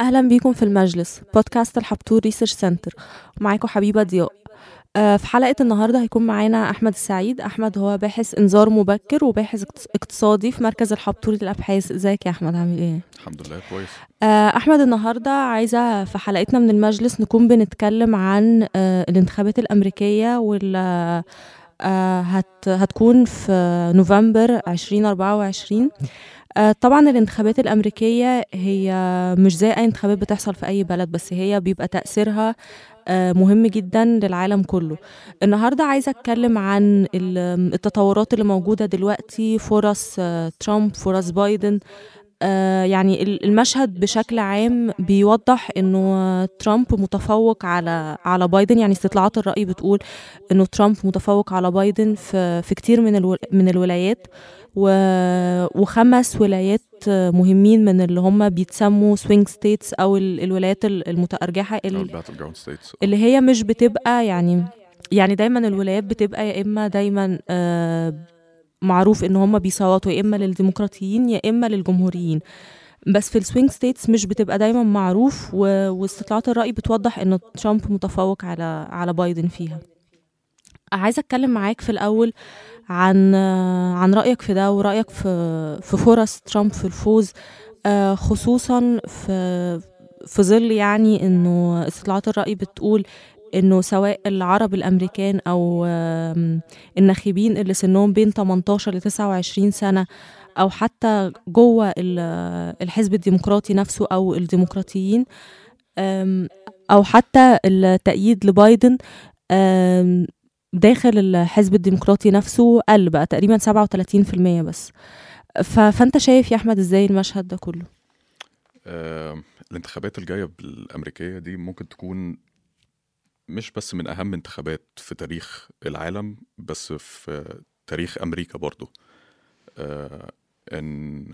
أهلا بيكم في المجلس بودكاست الحبتور ريسيرش سنتر، ومعاكم حبيبة ضياء. في حلقة النهاردة هيكون معانا أحمد السعيد. أحمد هو باحث إنذار مبكر وباحث اقتصادي في مركز الحبتور للأبحاث. ازيك يا أحمد، عامل إيه؟ الحمد لله كويس. أحمد، النهاردة عايزة في حلقتنا من المجلس نكون بنتكلم عن الانتخابات الأمريكية هتكون في نوفمبر 2024. طبعا الانتخابات الأمريكية هي مش زي أي انتخابات بتحصل في أي بلد، بس هي بيبقى تأثيرها مهم جدا للعالم كله. النهاردة عايزة أتكلم عن التطورات اللي موجودة دلوقتي، فرص ترامب، فرص بايدن. يعني المشهد بشكل عام بيوضح انه ترامب متفوق على بايدن. يعني استطلاعات الرأي بتقول انه ترامب متفوق على بايدن في كتير من الولايات، وخمس ولايات مهمين من اللي هم بيتسموا سوينج ستيتس او الولايات المتأرجحة اللي هي مش بتبقى يعني دايما الولايات بتبقى يا اما دايما معروف ان هم بيصوتوا يا اما للديمقراطيين يا اما للجمهوريين، بس في السوينج ستيتس مش بتبقى دايما معروف. واستطلاعات الرأي بتوضح ان ترامب متفوق على بايدن فيها. عايزه اتكلم معاك في الاول عن رأيك في ده، ورأيك في فرص ترامب في الفوز، خصوصا في ظل يعني انه استطلاعات الرأي بتقول انه سواء العرب الامريكان او الناخبين اللي سنهم بين 18 ل 29 سنة، او حتى جوه الحزب الديمقراطي نفسه او الديمقراطيين، او حتى التأييد لبايدن داخل الحزب الديمقراطي نفسه قل بقى تقريبا 37% بس. فانت شايف يا احمد ازاي المشهد ده كله؟ الانتخابات الجاية الأمريكية دي ممكن تكون مش بس من أهم انتخابات في تاريخ العالم، بس في تاريخ أمريكا برضو. إن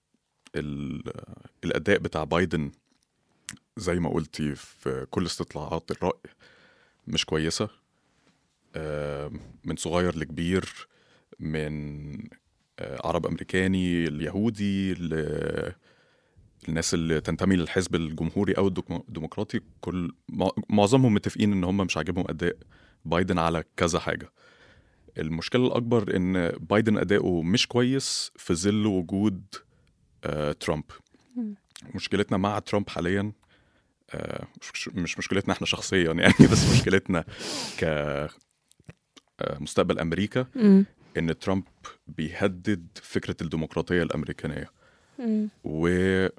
الأداء بتاع بايدن زي ما قلتي في كل استطلاعات الرأي مش كويسة، من صغير لكبير، من عرب أمريكاني اليهودي الناس اللي تنتمي للحزب الجمهوري أو الديمقراطي، معظمهم متفقين إن هم مش عاجبهم أداء بايدن على كذا حاجة. المشكلة الأكبر إن بايدن أداؤه مش كويس في ظل وجود ترامب. مشكلتنا مع ترامب حاليا مش مشكلتنا احنا شخصيا يعني بس مشكلتنا كمستقبل أمريكا إن ترامب بيهدد فكرة الديمقراطية الأمريكانية، ومن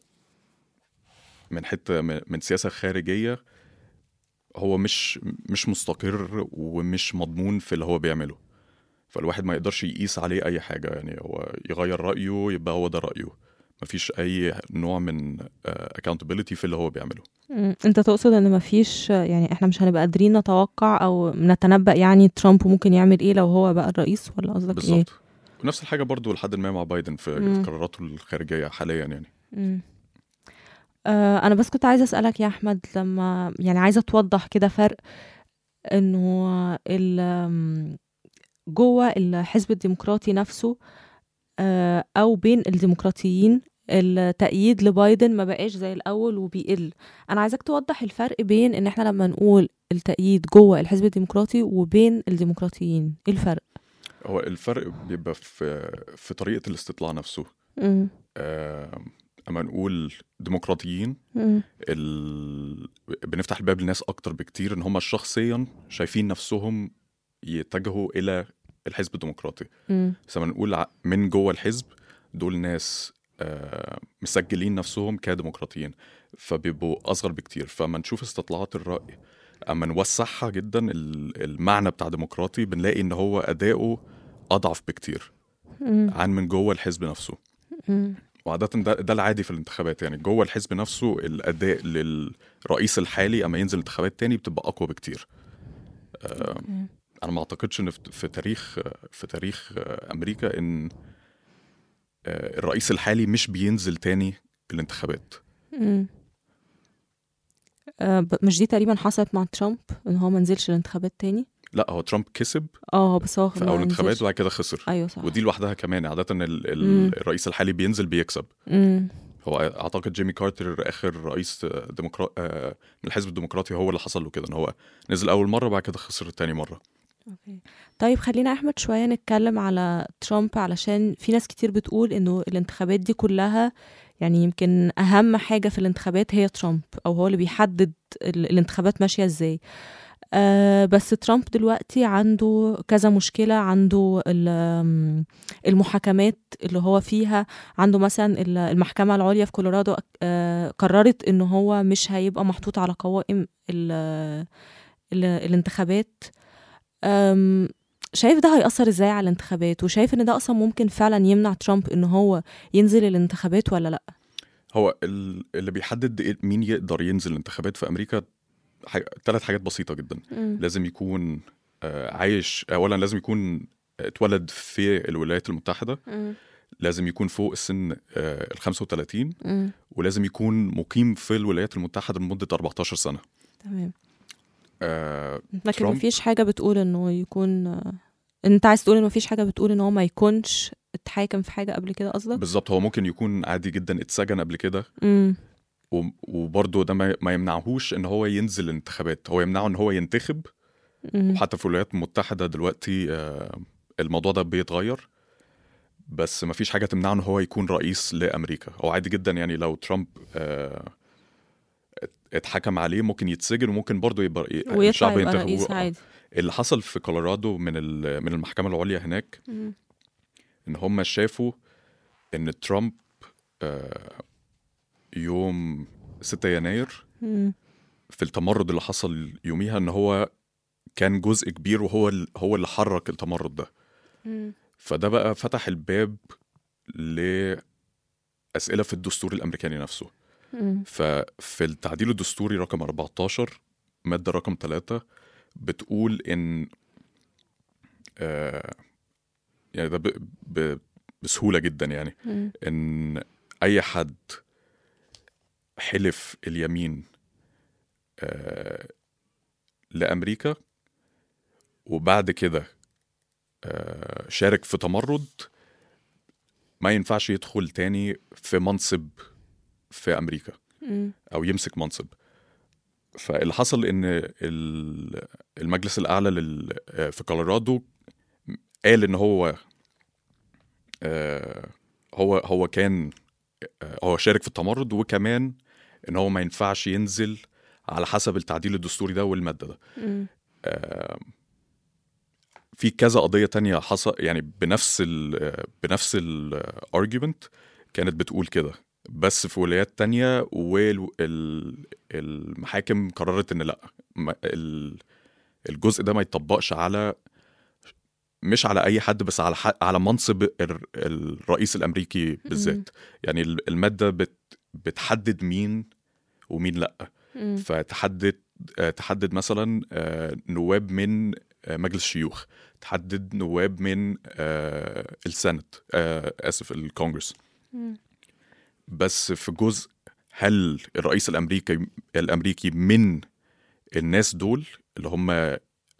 حتة من سياسة خارجية هو مش مستقر ومش مضمون في اللي هو بيعمله، فالواحد ما يقدرش يقيس عليه أي حاجة. يعني هو يغير رأيه يبقى هو ده رأيه، مفيش أي نوع من accountability في اللي هو بيعمله. انت تقصد ان مفيش، يعني احنا مش هنبقى قادرين نتوقع او نتنبأ يعني ترامب ممكن يعمل ايه لو هو بقى الرئيس، ولا قصدك بالزبط. ايه؟ ونفس الحاجة برضو لحد ما مع بايدن في قراراته الخارجية حاليا يعني. انا بس كنت عايزة اسألك يا احمد، لما يعني عايزة توضح كده فرق انه جوه الحزب الديمقراطي نفسه او بين الديمقراطيين التأييد لبايدن ما بقاش زي الأول وبيقل. أنا عايزك توضح الفرق بين إن إحنا لما نقول التأييد جوه الحزب الديمقراطي وبين الديمقراطيين، إيه الفرق؟ هو الفرق بيبقى في طريقة الاستطلاع نفسه. أما نقول ديمقراطيين بنفتح الباب للناس أكتر بكتير إن هم شخصيا شايفين نفسهم يتجهوا إلى الحزب الديمقراطي. بس لما نقول من جوه الحزب، دول ناس مسجلين نفسهم كديمقراطيين، فبيبقوا أصغر بكتير. فما نشوف استطلاعات الرأي أما نوسعها جدا المعنى بتاع ديمقراطي، بنلاقي إن هو أداؤه أضعف بكتير عن من جوه الحزب نفسه. وعادة ده العادي في الانتخابات، يعني جوه الحزب نفسه الأداء للرئيس الحالي أما ينزل انتخابات تاني بتبقى أقوى بكتير. أنا ما أعتقدش إن في تاريخ أمريكا إن الرئيس الحالي مش بينزل تاني الانتخابات. مش دي تقريبا حصلت مع ترامب إن هو منزلش الانتخابات تاني؟ لا، هو ترامب كسب بس هو في أول انتخابات وبعد كده خسر. أيوة صح. ودي لوحدها كمان عادة الرئيس الحالي بينزل بيكسب. هو اعتقد جيمي كارتر اخر رئيس من الحزب الديمقراطي هو اللي حصل له كده، ان هو نزل اول مره بعد كده خسر تاني مره. أوكي. طيب خلينا احمد شويه نتكلم على ترامب، علشان في ناس كتير بتقول انه الانتخابات دي كلها يعني يمكن اهم حاجه في الانتخابات هي ترامب، او هو اللي بيحدد الانتخابات ماشيه ازاي. بس ترامب دلوقتي عنده كذا مشكلة، عنده المحاكمات اللي هو فيها، عنده مثلا المحكمة العليا في كولورادو قررت انه هو مش هيبقى محطوط على قوائم الانتخابات. شايف ده هيأثر ازاي على الانتخابات، وشايف ان ده اصلا ممكن فعلا يمنع ترامب انه هو ينزل الانتخابات ولا لا؟ هو اللي بيحدد مين يقدر ينزل الانتخابات في امريكا 3 حاجات بسيطة جدا. لازم يكون عايش، اولا لازم يكون اتولد في الولايات المتحدة، لازم يكون فوق السن 35، ولازم يكون مقيم في الولايات المتحدة لمدة 14 سنة. تمام. لكن مفيش حاجة بتقول انه يكون انت عايز تقول انه مفيش حاجة بتقول انه هو ما يكونش اتحاكم في حاجة قبل كده قصدك؟ بالظبط، هو ممكن يكون عادي جدا اتسجن قبل كده، وبرضه ده ما يمنعهوش ان هو ينزل الانتخابات، هو يمنعه ان هو ينتخب. وحتى في الولايات المتحدة دلوقتي الموضوع ده بيتغير، بس ما فيش حاجة تمنعه ان هو يكون رئيس لأمريكا. هو عادي جدا يعني لو ترامب اتحكم عليه ممكن يتسجن، وممكن برضه يبقى الشعب ينتخبه. اللي حصل في كولورادو من المحكمة العليا هناك ان هم شافوا ان ترامب يوم 6 يناير في التمرد اللي حصل يوميها ان هو كان جزء كبير، وهو اللي حرك التمرد ده. فده بقى فتح الباب لأسئلة في الدستور الأمريكاني نفسه. ففي التعديل الدستوري رقم 14 مادة رقم 3 بتقول إن يعني ده بسهولة جدا يعني إن أي حد حلف اليمين لأمريكا وبعد كده شارك في تمرد ما ينفعش يدخل تاني في منصب في أمريكا أو يمسك منصب. فاللي حصل إن المجلس الأعلى في كولورادو قال إن هو كان هو شارك في التمرد، وكمان إن هو ما ينفعش ينزل على حسب التعديل الدستوري ده والمادة ده. في كذا قضية تانية حصل يعني بنفس الارجيومنت كانت بتقول كده، بس في ولايات تانية، والمحاكم قررت ان لا، الجزء ده ما يتطبقش مش على اي حد، بس على منصب الرئيس الامريكي بالذات. يعني المادة بتحدد مين ومين لا. تحدد مثلا نواب من مجلس الشيوخ، تحدد نواب من السنت، آسف الكونغرس. بس في جزء هل الرئيس الأمريكي من الناس دول اللي هم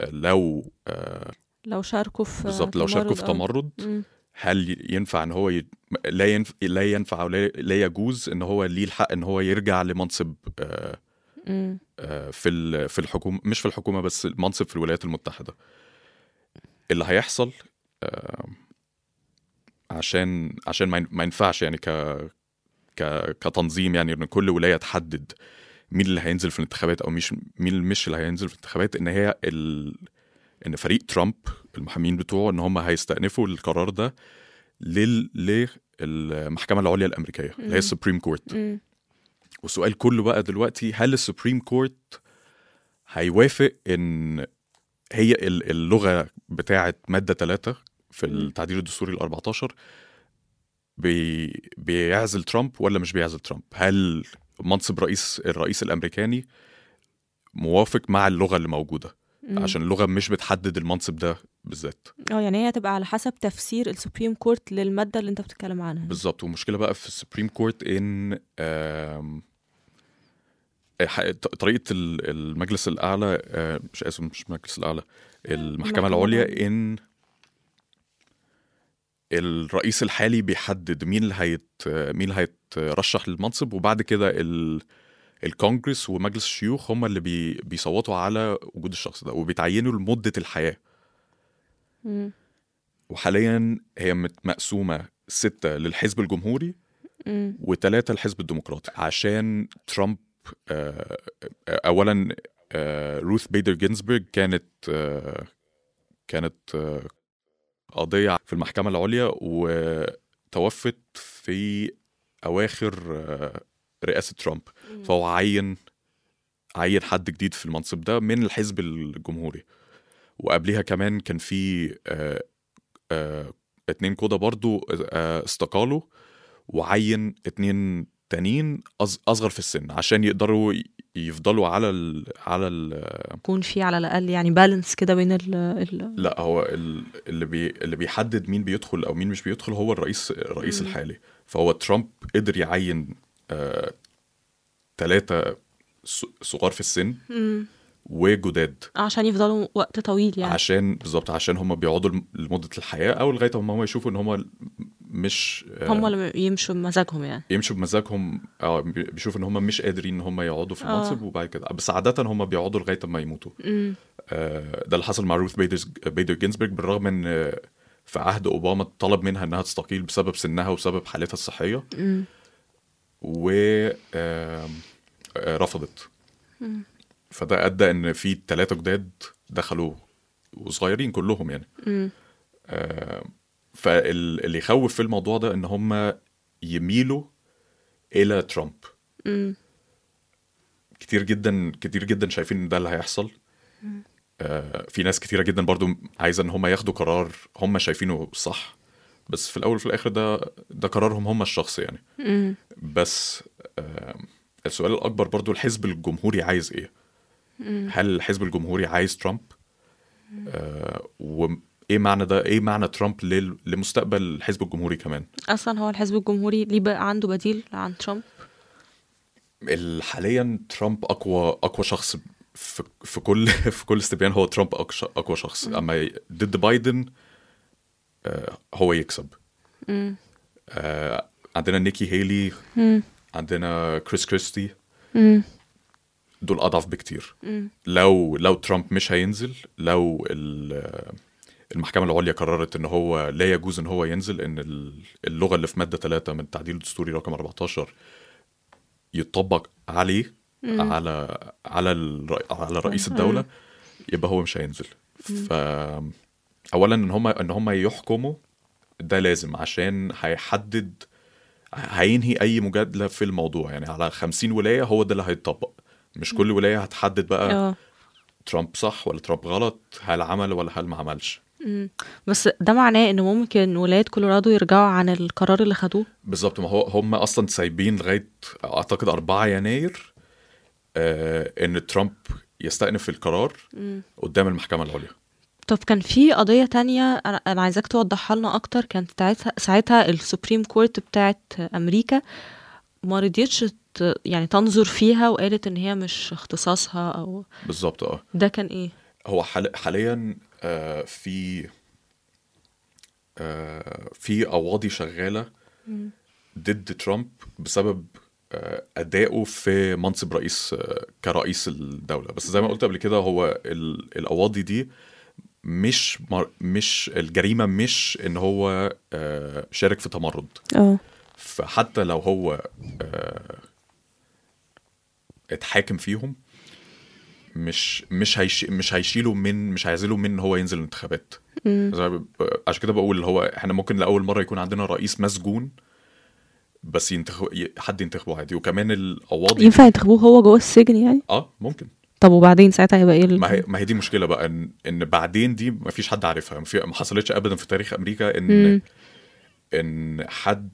لو شاركوا في بالظبط لو شاركوا في تمرد، هل ينفع ان هو لا ينفع لا يجوز ان هو ليه الحق ان هو يرجع لمنصب في الحكومة، مش في الحكومة بس المنصب في الولايات المتحدة. اللي هيحصل عشان ما ينفعش يعني كتنظيم، يعني ان كل ولاية تحدد مين اللي هينزل في الانتخابات او مش اللي هينزل في الانتخابات، ان هي ان فريق ترامب المحامين بتوعه ان هم هيستأنفوا القرار ده للمحكمة العليا الأمريكية اللي هي السوبريم كورت. والسؤال كله بقى دلوقتي، هل السوبريم كورت هيوافق ان هي اللغة بتاعة مادة 3 في التعديل الدستوري 14 بيعزل ترامب ولا مش بيعزل ترامب؟ هل منصب الرئيس الأمريكاني موافق مع اللغة اللي موجودة؟ عشان اللغة مش بتحدد المنصب ده بالذات. يعني هي هتبقى على حسب تفسير السوبريم كورت للمادة اللي انت بتتكلم عنها. بالظبط. ومشكلة بقى في السوبريم كورت ان طريقة المجلس الأعلى، مش المجلس الأعلى، المحكمة العليا، إن الرئيس الحالي بيحدد مين اللي هيترشح للمنصب، وبعد كده الكونجرس ومجلس الشيوخ هم اللي بيصوتوا على وجود الشخص ده وبيتعينوا لمدة الحياة. وحاليا هي مقسومة 6 للحزب الجمهوري و3 للحزب الديمقراطي، عشان ترامب أولا روث بيدر جينزبرج كانت قضية في المحكمة العليا وتوفت في أواخر رئاسة ترامب، فهو عين حد جديد في المنصب ده من الحزب الجمهوري. وقبلها كمان كان في 2 قضاة برضو استقالوا، وعين 2 تانيين أصغر في السن عشان يقدروا يفضلوا على يكون في على الأقل يعني بالانس كده بين لا، هو اللي بيحدد مين بيدخل أو مين مش بيدخل هو الرئيس الحالي. فهو ترامب قدر يعين 3 صغار في السن وجداد عشان يفضلوا وقت طويل يعني، عشان هم بيقعدوا لمدة الحياة أو لغاية هم يشوفوا إن هم مش هم اللي يمشوا بمزاجهم، يعني يمشوا بمزاجهم، بيشوفوا إن هم مش قادرين إن هم يقعدوا في المنصب وبعد كده، بس عادة هم بيقعدوا لغاية ما يموتوا. ده اللي حصل مع روث بيدر جينزبرج، بالرغم إن في عهد أوباما طلب منها إنها تستقيل بسبب سنها وبسبب حالتها الصحية ورفضت. فده أدى إن في 3 جداد دخلوا وصغيرين كلهم يعني. فاللي يخوف في الموضوع ده إن هم يميلوا إلى ترامب. كتير جدا شايفين إن ده اللي هيحصل. في ناس كتيرة جدا برضو عايزة إن هم ياخدوا قرار هم شايفينه صح، بس في الأول وفي الآخر ده قرارهم هم الشخصي يعني. بس السؤال الأكبر برضو الحزب الجمهوري عايز إيه؟ هل الحزب الجمهوري عايز ترامب؟ وإيه معنى ده؟ إيه معنى ترامب لمستقبل الحزب الجمهوري كمان؟ أصلا هو الحزب الجمهوري ليه بقى عنده بديل عن ترامب؟ حاليا ترامب أقوى شخص في كل استبيان. هو ترامب أقوى شخص. أما ضد بايدن هو يكسب. عندنا نيكي هيلي، عندنا كريس كريستي، دول أضعف بكتير. لو ترامب مش هينزل، لو المحكمة العليا قررت إن هو لا يجوز إن هو ينزل، إن اللغة اللي في مادة 3 من التعديل الدستوري رقم 14 يطبق عليه على رئيس الدولة، يبقى هو مش هينزل. أولا إن هم يحكموا ده لازم، عشان هينهي أي مجادلة في الموضوع. يعني على 50 ولاية هو ده اللي هيتطبق، مش كل ولاية هتحدد بقى ترامب صح ولا ترامب غلط، هل عمل ولا هل ما عملش. بس ده معناه إنه ممكن ولاية كولورادو يرجعوا عن القرار اللي خدوه؟ بالظبط. ما هم أصلا سايبين لغاية أعتقد 4 يناير إن ترامب يستأنف القرار قدام المحكمة العليا. طب كان في قضية تانية أنا عايزاك توضحها لنا أكتر. كانت ساعتها السوبريم كورت بتاعت أمريكا ما رضيتش يعني تنظر فيها، وقالت إن هي مش اختصاصها أو بالظبط. ده كان إيه؟ هو حاليا في قواضي شغالة ضد ترامب بسبب أدائه في منصب كرئيس الدولة. بس زي ما قلت قبل كده، هو القواضي دي مش الجريمة مش إن هو شارك في تمرد. فحتى لو هو اتحاكم فيهم، مش هيشيلوا مش هيعزلوا من ان هو ينزل الانتخابات. عشان كده بقول هو احنا ممكن لاول مره يكون عندنا رئيس مسجون بس حد ينتخبه عادي. وكمان القواضي ينفع ينتخبوه هو جوه السجن يعني؟ ممكن. طب وبعدين ساعتها هيبقى ايه ما هي دي مشكله بقى، ان بعدين دي ما فيش حد عارفها. ما حصلتش ابدا في تاريخ امريكا ان حد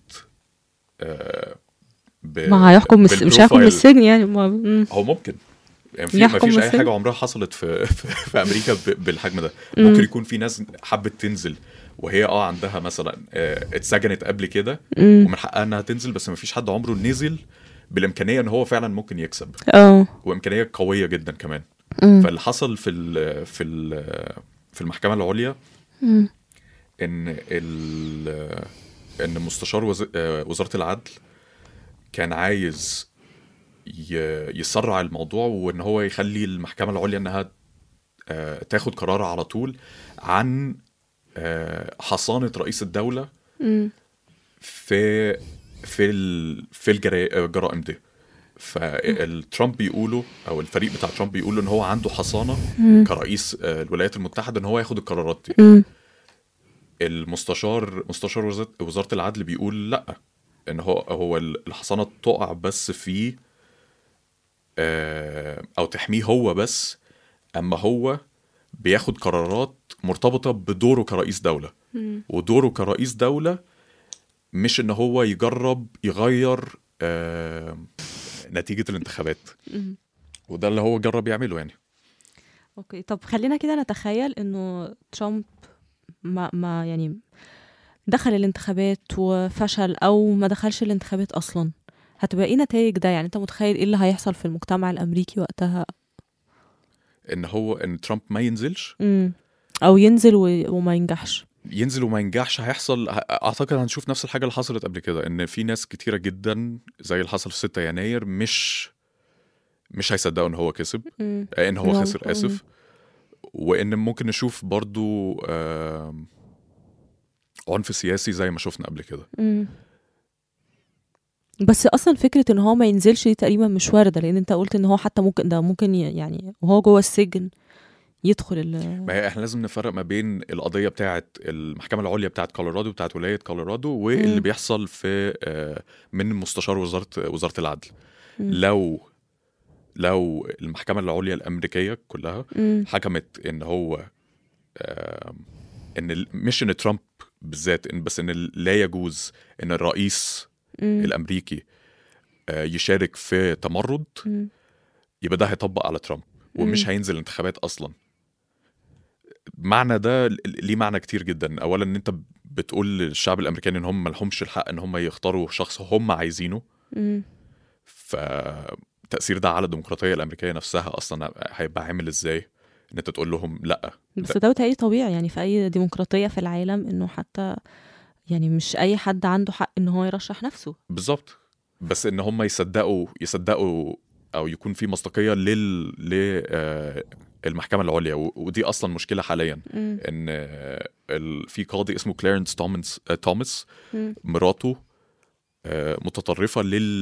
ما هيحكم مش هيحكم من السجن يعني. هو ممكن يعني ما فيش اي حاجه عمرها حصلت في امريكا بالحجم ده. ممكن يكون في ناس حبت تنزل وهي عندها مثلا اتسجنت قبل كده ومن حقها انها تنزل، بس ما فيش حد عمره نزل بالامكانيه ان هو فعلا ممكن يكسب. وامكانيه قويه جدا كمان. فاللي حصل في المحكمه العليا ان مستشار وزارة العدل كان عايز يسرع الموضوع، وان هو يخلي المحكمة العليا انها تاخد قرار على طول عن حصانة رئيس الدولة في الجرائم دي. فالترامب بيقولوا، او الفريق بتاع ترامب بيقولوا ان هو عنده حصانة كرئيس الولايات المتحدة ان هو ياخد القرارات دي. مستشار وزارة العدل بيقول لا، ان هو الحصانة تقع بس في او تحميه هو بس، اما هو بياخد قرارات مرتبطة بدوره كرئيس دولة. ودوره كرئيس دولة مش ان هو يجرب يغير نتيجة الانتخابات. وده اللي هو جرب يعمله يعني. اوكي، طب خلينا كده نتخيل انه ترامب ما يعني دخل الانتخابات وفشل او ما دخلش الانتخابات اصلا، هتبقى ايه نتائج ده؟ يعني انت متخيل ايه اللي هيحصل في المجتمع الامريكي وقتها؟ ان ترامب ما ينزلش او ينزل وما ينجحش. ينزل وما ينجحش هيحصل، اعتقد هنشوف نفس الحاجة اللي حصلت قبل كده، ان في ناس كتيرة جدا زي اللي حصل في 6 يناير مش هيصدقوا ان هو كسب، ان هو خسر، اسف. وان ممكن نشوف برضو عنف سياسي زي ما شفنا قبل كده. بس اصلا فكرة ان هو ما ينزلش دي تقريبا مش واردة، لان انت قلت ان هو حتى ممكن يعني وهو جوه السجن يدخل ما هي احنا لازم نفرق ما بين القضية بتاعة المحكمة العليا بتاعة كولورادو، بتاعة ولاية كولورادو، واللي بيحصل في من مستشار وزارة العدل. لو المحكمة العليا الأمريكية كلها حكمت ان هو ان مش ان ترامب بالذات، بس ان لا يجوز ان الرئيس الأمريكي يشارك في تمرد، يبقى ده هيطبق على ترامب ومش هينزل الانتخابات أصلا. معنى ده ليه معنى كتير جدا. أولا ان انت بتقول للشعب الأمريكاني ان هم ملهمش الحق ان هم يختاروا شخص هم عايزينه. فتأثير ده على الديمقراطية الأمريكية نفسها أصلا هيبقى عامل ازاي ان انت تقول لهم لا. بس ده بتهيألي طبيعي يعني في أي ديمقراطية في العالم، انه حتى يعني مش أي حد عنده حق ان هو يرشح نفسه. بالظبط. بس ان هم يصدقوا او يكون في مصداقيه المحكمه العليا. ودي اصلا مشكله حاليا. ان في قاضي اسمه كلارنس توماس مراته متطرفه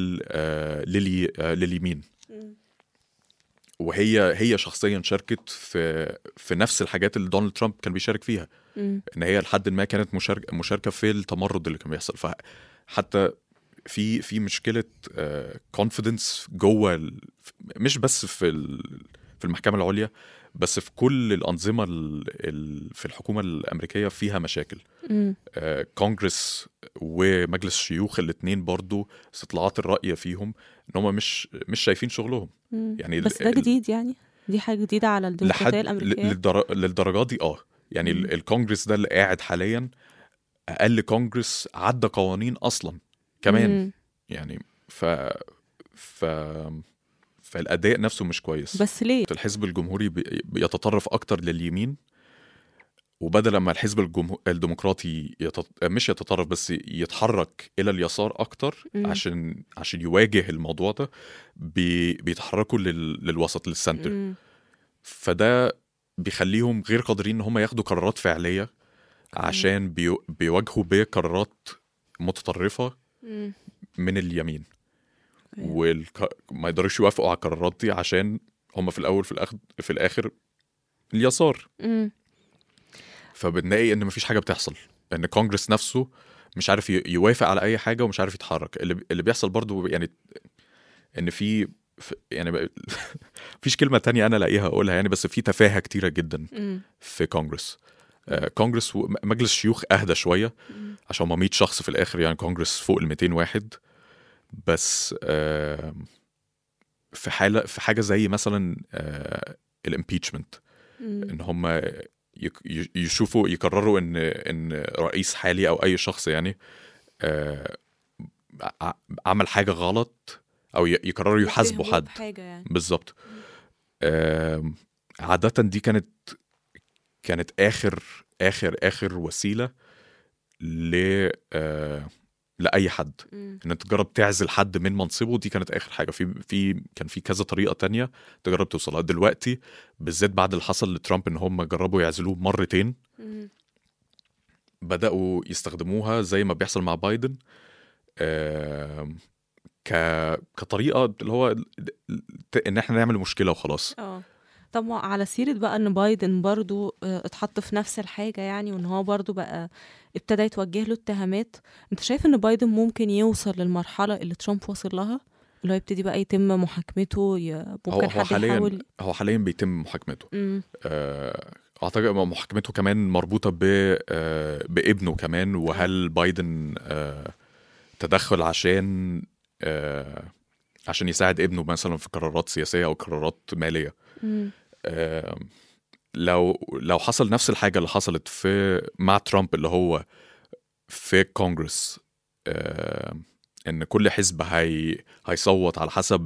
لليمين. وهي شخصيا شاركت في نفس الحاجات اللي دونالد ترامب كان بيشارك فيها. ان هي لحد ما كانت مشاركه في التمرد اللي كان بيحصل. فحتى في مشكله كونفيدنس جوه مش بس في المحكمه العليا، بس في كل الانظمه في الحكومه الامريكيه فيها مشاكل. كونجرس ومجلس الشيوخ الاثنين برضو استطلاعات الرأي فيهم ان هم مش شايفين شغلهم. يعني بس ده جديد، يعني دي حاجه جديده على الديمقراطيه الامريكيه للدرجه دي. يعني الكونجرس ده اللي قاعد حاليا اقل كونجرس عدى قوانين اصلا كمان. يعني فالاداء نفسه مش كويس. بس ليه الحزب الجمهوري بيتطرف اكتر لليمين، وبدل ما الحزب الديمقراطي مش يتطرف بس يتحرك الى اليسار اكتر عشان يواجه الموضوع ده، بيتحركوا للوسط، للسنتر. فده بيخليهم غير قادرين ان هم ياخدوا قرارات فعليه عشان بيواجهوا بقرارات متطرفه من اليمين. وما يقدروش يوافقوا على القرارات دي عشان هم في الاول في الاخر اليسار. فبنلاقي ان مفيش حاجه بتحصل، ان كونجرس نفسه مش عارف يوافق على اي حاجه ومش عارف يتحرك. اللي بيحصل برضو يعني ان يعني فيش كلمه تانية انا لاقيها اقولها يعني، بس في تفاهه كتيره جدا في كونجرس. كونجرس ومجلس الشيوخ اهدى شويه عشان ما 100 شخص في الاخر، يعني كونجرس فوق ال 200 واحد بس. في حاجه زي مثلا الامبيتشمنت، ان هم يقرروا ان رئيس حالي او اي شخص يعني عمل حاجه غلط، او يقرروا يحاسبوا حد يعني. بالظبط. عاده دي كانت اخر وسيله لأي حد. ان انت تجرب تعزل حد من منصبه، دي كانت اخر حاجه. كان في كذا طريقه تانية تجرب توصلها. دلوقتي بالذات بعد اللي حصل لترامب ان هم جربوا يعزلوه مرتين، بدأوا يستخدموها زي ما بيحصل مع بايدن كطريقه اللي هو ان احنا نعمل مشكله وخلاص. طب على سيرة بقى ان بايدن برضو اتحط في نفس الحاجة يعني، وان هو برضو بقى ابتدى يتوجه له اتهامات، انت شايف ان بايدن ممكن يوصل للمرحلة اللي ترامب وصل لها، اللي هو يبتدي بقى يتم محاكمته؟ ممكن حد يحاول. هو حاليا بيتم محاكمته. اعتقد محاكمته كمان مربوطة بابنه كمان. وهل بايدن تدخل عشان يساعد ابنه مثلا في قرارات سياسية او قرارات مالية؟ لو حصل نفس الحاجة اللي حصلت مع ترامب، اللي هو في كونجرس، ان كل حزب هيصوت على حسب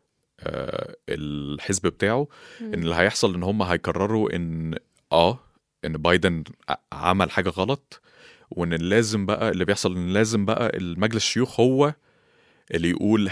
الحزب بتاعه، ان اللي هيحصل ان هم هيقرروا ان بايدن عمل حاجة غلط، وان لازم بقى اللي بيحصل ان لازم بقى المجلس الشيوخ هو اللي يقول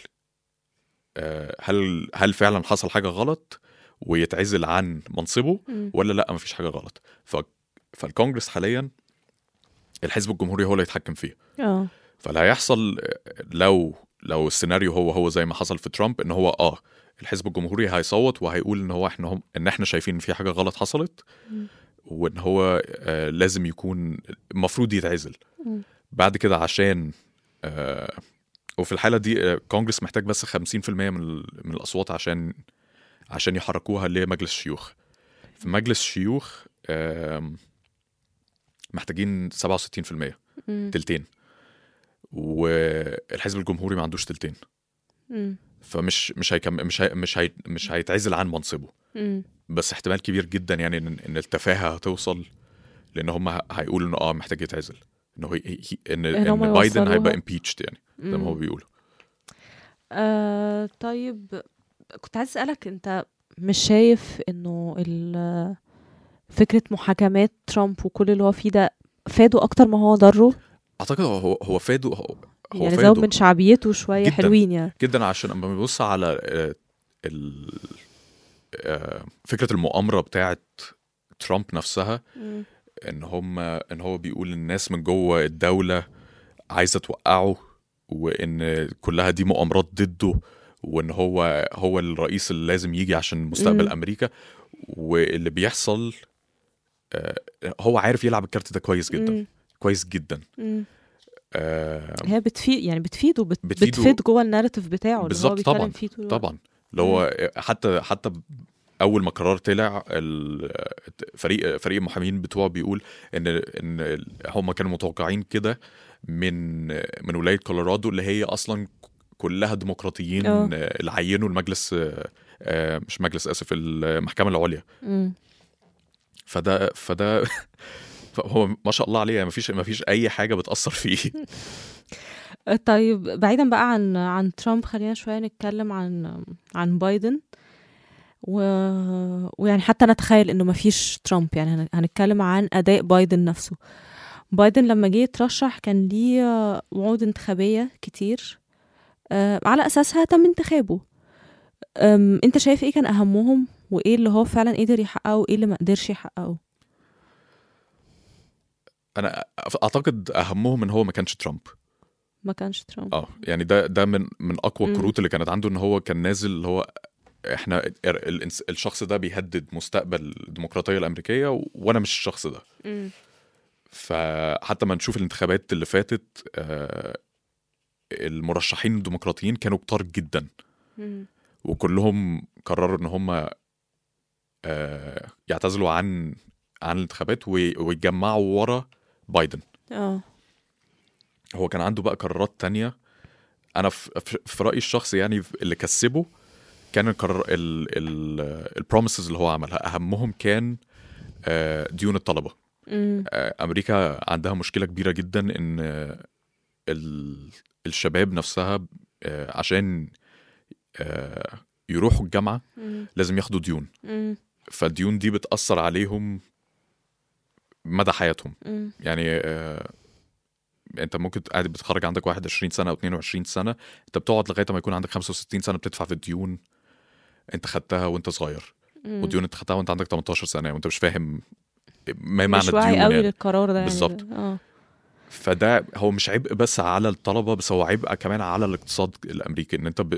هل فعلا حصل حاجة غلط ويتعزل عن منصبه ولا لا مفيش حاجة غلط. فالكونجرس حاليا الحزب الجمهوري هو اللي يتحكم فيه. فاللي هيحصل لو السيناريو هو زي ما حصل في ترامب، ان هو الحزب الجمهوري هيصوت وهيقول ان هو ان احنا شايفين ان في حاجة غلط حصلت، وان هو لازم يكون المفروض يتعزل. بعد كده عشان وفي الحالة دي كونجرس محتاج بس 50% من الأصوات عشان يحركوها لمجلس الشيوخ. في مجلس الشيوخ محتاجين 67%، تلتين، والحزب الجمهوري ما عندوش تلتين. فمش مش هيتعزل عن منصبه. بس احتمال كبير جدا يعني ان التفاهة هتوصل، لان هم هيقولوا انه محتاج يتعزل، ان بايدن هيبقى impeached يعني زي ما هو بيقولوا. طيب كنت عايز اسالك، انت مش شايف انه فكره محاكمات ترامب وكل اللي هو فيه ده فاده اكتر ما هو ضره؟ اعتقد هو فاده، يعني زود من شعبيته شويه جداً حلوين يعني جدا. عشان لما بنبص على فكره المؤامره بتاعت ترامب نفسها، ان هو بيقول الناس من جوه الدوله عايزه توقعه، وان كلها دي مؤامرات ضده، وان هو الرئيس اللي لازم يجي عشان مستقبل امريكا. واللي بيحصل هو عارف يلعب الكارت ده كويس جدا. كويس جدا. هي بتفيده بتفيد جوه الناريتيف بتاعه اللي هو بيتكلم فيه طول الوقت. طبعا اللي هو حتى اول ما قرار طلع، فريق المحامين بتوعه بيقول ان هم كانوا متوقعين كده من ولاية كولورادو، اللي هي اصلا كلها ديمقراطيين، اللي عينوا المجلس، مش مجلس، اسف، المحكمة العليا. فده هو ما شاء الله عليه، مفيش اي حاجة بتأثر فيه. طيب بعيدا بقى عن ترامب، خلينا شوية نتكلم عن بايدن. ويعني حتى نتخيل انه مفيش ترامب، يعني هنتكلم عن اداء بايدن نفسه. بايدن لما جه يترشح كان ليه وعود انتخابية كتير على اساسها تم انتخابه. انت شايف ايه كان اهمهم، وايه اللي هو فعلا قدر يحققه، وايه اللي ما قدرش يحققه؟ انا اعتقد اهمهم ان هو ما كانش ترامب. يعني ده من اقوى الكروت اللي كانت عنده، ان هو كان نازل اللي هو احنا الشخص ده بيهدد مستقبل الديمقراطية الامريكية، وانا مش الشخص ده. فحتى ما نشوف الانتخابات اللي فاتت، المرشحين الديمقراطيين كانوا كتار جدا، وكلهم قرروا ان هم يعتزلوا عن الانتخابات ويتجمعوا ورا بايدن. هو كان عنده بقى قرارات تانية. انا في رأيي الشخصي يعني اللي كسبه كان القرار، البروميسز اللي هو عملها. اهمهم كان ديون الطلبة. امريكا عندها مشكلة كبيرة جدا ان الشباب نفسها عشان يروحوا الجامعة لازم ياخدوا ديون. فالديون دي بتأثر عليهم مدى حياتهم. يعني انت ممكن قاعد بتخرج عندك 21 سنه او 22 سنه، انت بتقعد لغايه ما يكون عندك 65 سنه بتدفع في الديون انت خدتها وانت صغير، وديون انت خدتها وانت عندك 18 سنه وانت مش فاهم ما معنى الديون. مش واعي قوي يعني للقرار ده بالظبط. يعني. فده هو مش عبء بس على الطلبه، بس هو عبء كمان على الاقتصاد الامريكي، ان انت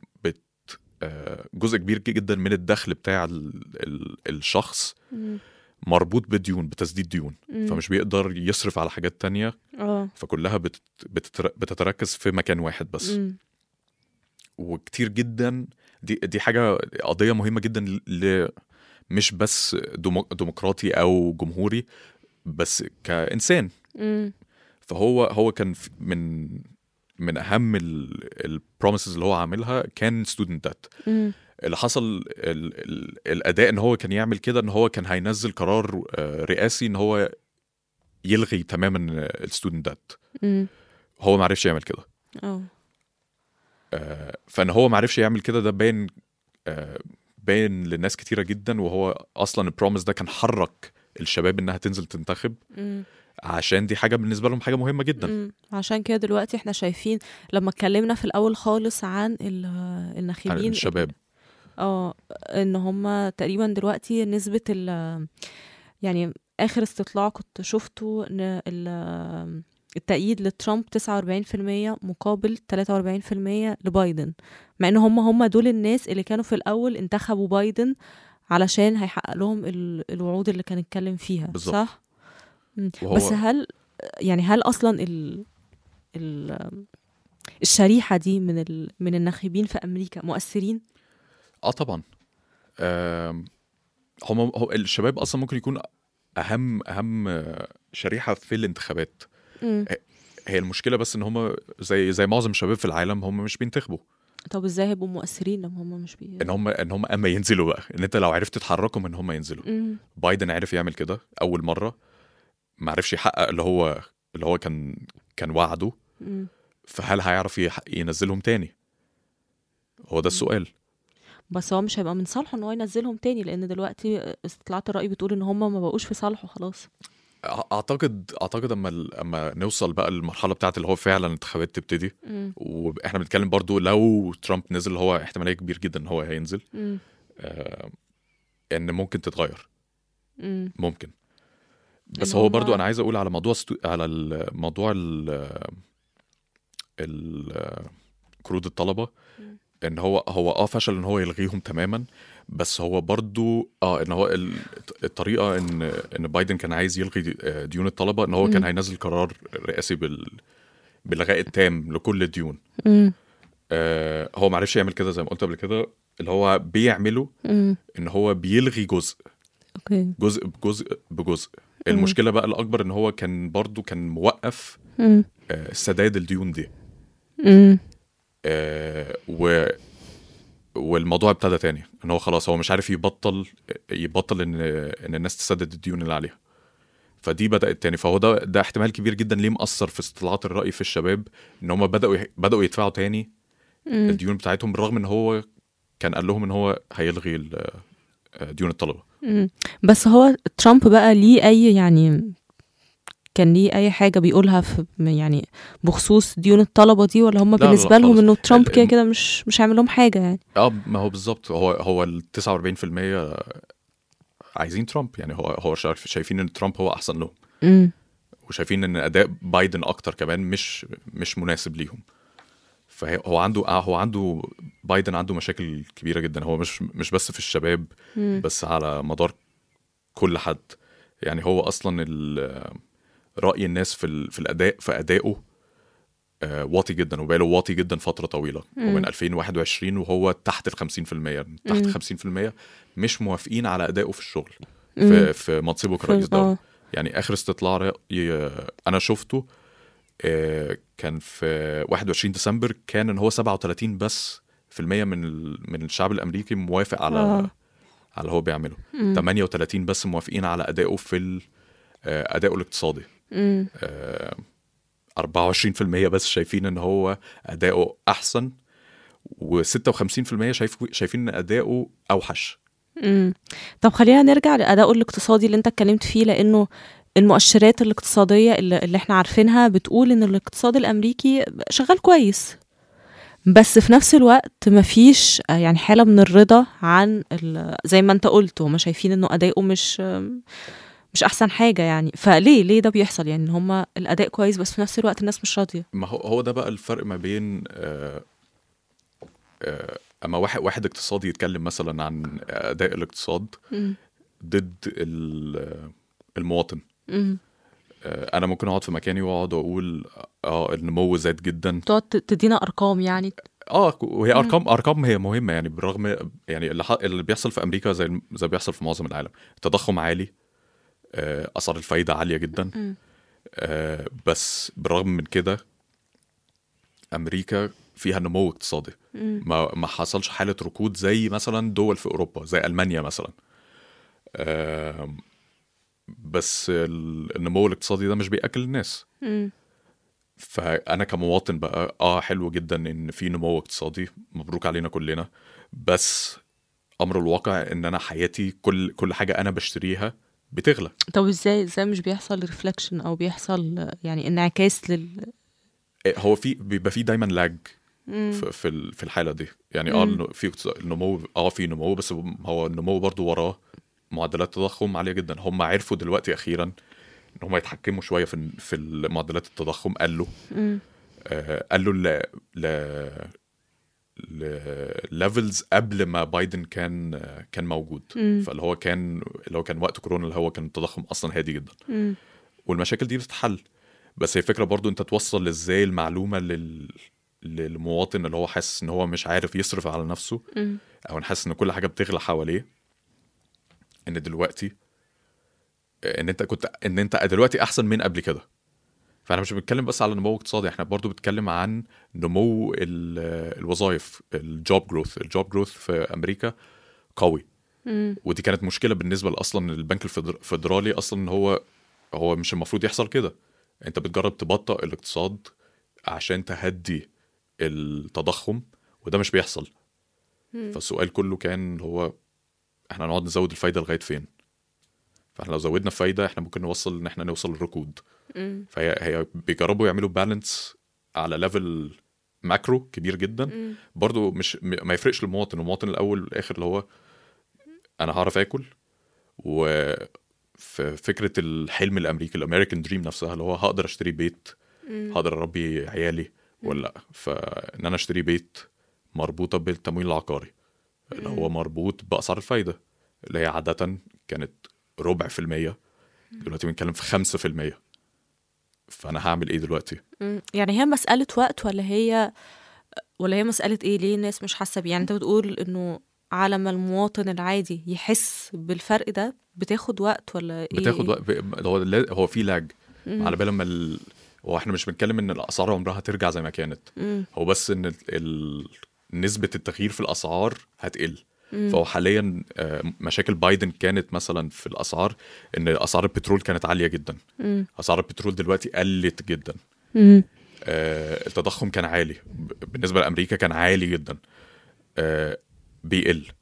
جزء كبير جدا من الدخل بتاع الشخص مربوط بديون، بتسديد ديون. فمش بيقدر يصرف على حاجات تانية. فكلها بتتركز في مكان واحد بس. وكتير جدا دي حاجة قضية مهمة جدا مش بس ديمقراطي أو جمهوري، بس كإنسان. فهو كان من أهم البروميسز اللي هو عاملها كان student debt. اللي حصل الأداء إن هو كان يعمل كده، إن هو كان هينزل قرار رئاسي إن هو يلغي تماما الستودنت دات. هو ما عرفش يعمل كده. فإن هو ما عرفش يعمل كده ده باين للناس كتيرة جدا. وهو أصلا البروميس ده كان حرك الشباب إنها تنزل تنتخب، عشان دي حاجة بالنسبة لهم حاجة مهمة جدا. عشان كده دلوقتي احنا شايفين لما اتكلمنا في الأول خالص عن الناخبين الشباب، ان هم تقريبا دلوقتي نسبة يعني آخر استطلاع كنت شفته ان التأييد لترامب 49% مقابل 43% لبايدن، مع ان هم دول الناس اللي كانوا في الأول انتخبوا بايدن علشان هيحقق لهم الوعود اللي كان اتكلم فيها. بالزبط. صح؟ بس هل أصلا الشريحة دي من الناخبين في أمريكا مؤثرين؟ طبعا. هو الشباب اصلا ممكن يكون اهم شريحه في الانتخابات. هي المشكله بس ان هم زي معظم الشباب في العالم هم مش بينتخبوا. طب ازاي هيبقوا مؤثرين لما هم مش ان هم اما ينزلوا بقى، ان انت لو عرفت تحركهم ان هم ينزلوا. بايدن عرف يعمل كده اول مره، ما عرفش يحقق اللي هو كان وعده. فهل هيعرف ينزلهم تاني؟ هو ده السؤال. بس هو مش هيبقى من صالحه ان هو ينزلهم تاني، لان دلوقتي استطلاعات الرأي بتقول ان هم ما بقوش في صالحه خلاص. اعتقد اما نوصل بقى للمرحله بتاعت اللي هو فعلا الانتخابات تبتدي، واحنا بنتكلم برضو لو ترامب نزل، هو احتماليه كبير جدا ان هو هينزل. ان ممكن تتغير. ممكن. بس هو برضو انا عايز اقول على موضوع قروض الطلبه، ان هو فشل ان هو يلغيهم تماما. بس هو برضو ان هو الطريقه ان بايدن كان عايز يلغي ديون الطلبه، ان هو كان هينزل قرار رئاسي بالغاء التام لكل الديون. هو ما عرفش يعمل كده زي ما قلت قبل كده. اللي هو بيعمله ان هو بيلغي جزء بجزء. المشكله بقى الاكبر ان هو كان موقف سداد الديون دي. والموضوع ابتدى تاني، ان هو خلاص هو مش عارف يبطل ان الناس تسدد الديون اللي عليها. فدي بدأت تاني. فهو ده احتمال كبير جدا ليه مأثر في استطلاعات الرأي في الشباب، ان هم بدأوا يدفعوا تاني الديون بتاعتهم، بالرغم ان هو كان قال لهم ان هو هيلغي ديون الطلبة. بس هو ترامب بقى ليه كان ليه اي حاجه بيقولها في يعني بخصوص ديون الطلبه دي، ولا هم بالنسبه لهم انه ترامب كده مش هيعمل لهم حاجه يعني؟ ما هو بالظبط. هو ال 49% عايزين ترامب. يعني هو شايفين ان ترامب هو احسن لهم. وشايفين ان اداء بايدن اكتر كمان مش مناسب ليهم. فهو عنده بايدن عنده مشاكل كبيره جدا. هو مش بس في الشباب، بس على مدار كل حد. يعني هو اصلا رأي الناس في الأداء في أدائه واطي جدا، وبقاله واطي جدا فترة طويلة. ومن 2021 وهو تحت 50%. تحت 50% مش موافقين على أدائه في الشغل في منصبه كرئيس دولة. يعني آخر استطلاع رأي أنا شفته كان في 21 ديسمبر، كان إن هو 37 بس في المية من الشعب الأمريكي موافق على اللي هو بيعمله. 38 بس موافقين على أدائه في أدائه الاقتصادي. 24% بس شايفين ان هو اداؤه احسن، و56% شايفين ان اداؤه اوحش. طب خلينا نرجع لاداؤه الاقتصادي اللي انت اتكلمت فيه، لانه المؤشرات الاقتصادية اللي احنا عارفينها بتقول ان الاقتصاد الامريكي شغال كويس، بس في نفس الوقت مفيش يعني حالة من الرضا عن زي ما انت قلت، هما شايفين انه اداؤه مش احسن حاجة يعني. فليه ده بيحصل؟ يعني هما الاداء كويس بس في نفس الوقت الناس مش راضية. ما هو ده بقى الفرق ما بين اما واحد اقتصادي يتكلم مثلا عن اداء الاقتصاد ضد المواطن. انا ممكن اقعد في مكاني واقعد اقول النمو زاد جدا، تقعد تدينا ارقام يعني. وهي ارقام هي مهمه يعني، بالرغم يعني اللي بيحصل في امريكا زي بيحصل في معظم العالم. التضخم عالي، اثار الفايده عاليه جدا، بس بالرغم من كده امريكا فيها نمو اقتصادي. ما حصلش حاله ركود زي مثلا دول في اوروبا زي المانيا مثلا. بس النمو الاقتصادي ده مش بيأكل الناس. فانا كمواطن بقى حلو جدا ان في نمو اقتصادي، مبروك علينا كلنا، بس امر الواقع ان انا حياتي كل حاجه انا بشتريها بتغلى. طب ازاي مش بيحصل ريفلكشن او بيحصل يعني انعكاس هو بيبقى في دايما لاج في الحاله دي يعني. في النمو في نمو، بس هو النمو برضو وراه معدلات تضخم عاليه جدا. هم عرفوا دلوقتي اخيرا ان هم يتحكموا شويه في معدلات التضخم. قالوا ليفلز قبل ما بايدن كان موجود. فاللي هو كان وقت كورونا، اللي هو كان التضخم اصلا هادي جدا. والمشاكل دي بتتحل، بس هي فكره برضو انت توصل ازاي المعلومه للمواطن اللي هو حاسس ان هو مش عارف يصرف على نفسه، او حاسس ان كل حاجه بتغلى حواليه، ان دلوقتي ان انت دلوقتي احسن من قبل كده. فاحنا مش بنتكلم بس على نمو اقتصادي، احنا برضو بنتكلم عن نمو الوظائف، الجوب جروث في امريكا قوي. ودي كانت مشكله بالنسبه اصلا للبنك الفيدرالي اصلا، ان هو مش المفروض يحصل كده. انت بتجرب تبطئ الاقتصاد عشان تهدي التضخم، وده مش بيحصل. فالسؤال كله كان هو احنا نقعد نزود الفايده لغايه فين؟ فاحنا لو زودنا الفايده احنا ممكن نوصل للركود. فهي بيجربوا يعملوا بالانس على ليفل ماكرو كبير جدا. برضو مش ما يفرقش المواطن الاول والاخر، اللي هو انا هعرف اكل. وفي فكره الحلم الامريكي، الامريكان دريم نفسها، اللي هو هقدر اشتري بيت، هقدر اربي عيالي ولا لا. فان انا اشتري بيت مربوطه بالتمويل العقاري، اللي هو مربوط باسعار الفايده، اللي هي عاده كانت 4%، دلوقتي بنتكلم في 5%. فانا هعمل ايه دلوقتي؟ يعني هي مسألة وقت ولا هي مسألة ايه؟ ليه الناس مش حاسة بيه؟ يعني انت بتقول انه على ما المواطن العادي يحس بالفرق ده بتاخد وقت ولا ايه؟ بتاخد وقت. هو في لاج على بال ما هو احنا مش بنتكلم ان الاسعار عمرها هترجع زي ما كانت. هو بس ان نسبة التغيير في الاسعار هتقل. فهو حاليا مشاكل بايدن كانت مثلا في الاسعار، ان اسعار البترول كانت عاليه جدا. اسعار البترول دلوقتي قلت جدا. التضخم كان عالي بالنسبه لامريكا، كان عالي جدا. بيقل.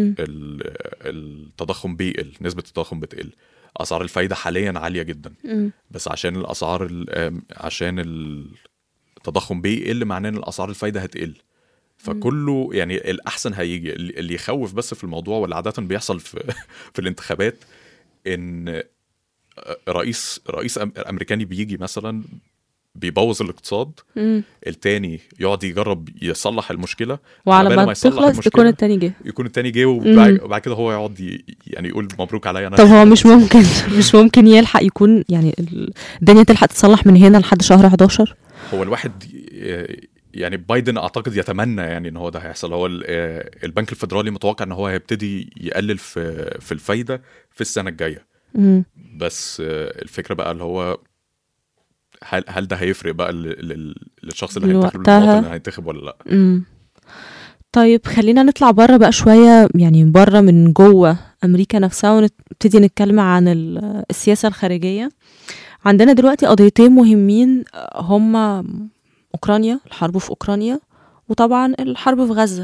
التضخم بيقل، نسبه التضخم بتقل. اسعار الفايده حاليا عاليه جدا. بس عشان عشان التضخم بيقل، معناه ان الاسعار الفايده هتقل. فكله يعني الأحسن هيجي. اللي يخوف بس في الموضوع، واللي عادة بيحصل في الانتخابات، إن رئيس أمريكاني بيجي مثلا بيبوظ الاقتصاد، التاني يقعد يجرب يصلح المشكلة، وعلى ما تخلص يكون التاني جه وبعد كده هو يقعد يعني يقول مبروك عليا أنا. طب هو مش ممكن يلحق يكون يعني الدنيا تلحق تصلح من هنا لحد شهر 11؟ هو الواحد يعني بايدن اعتقد يتمنى يعني ان هو ده هيحصل. هو البنك الفيدرالي متوقع ان هو هيبتدي يقلل في الفايده في السنه الجايه. بس الفكره بقى اللي هو هل ده هيفرق بقى للشخص اللي هينتخب، المواطن اللي هينتخب ولا لا؟ طيب خلينا نطلع بره بقى شويه، يعني بره من جوه امريكا نفسها، ونبتدي نتكلم عن السياسه الخارجيه. عندنا دلوقتي قضيتين مهمين، هما أوكرانيا، الحرب في أوكرانيا، وطبعا الحرب في غزة.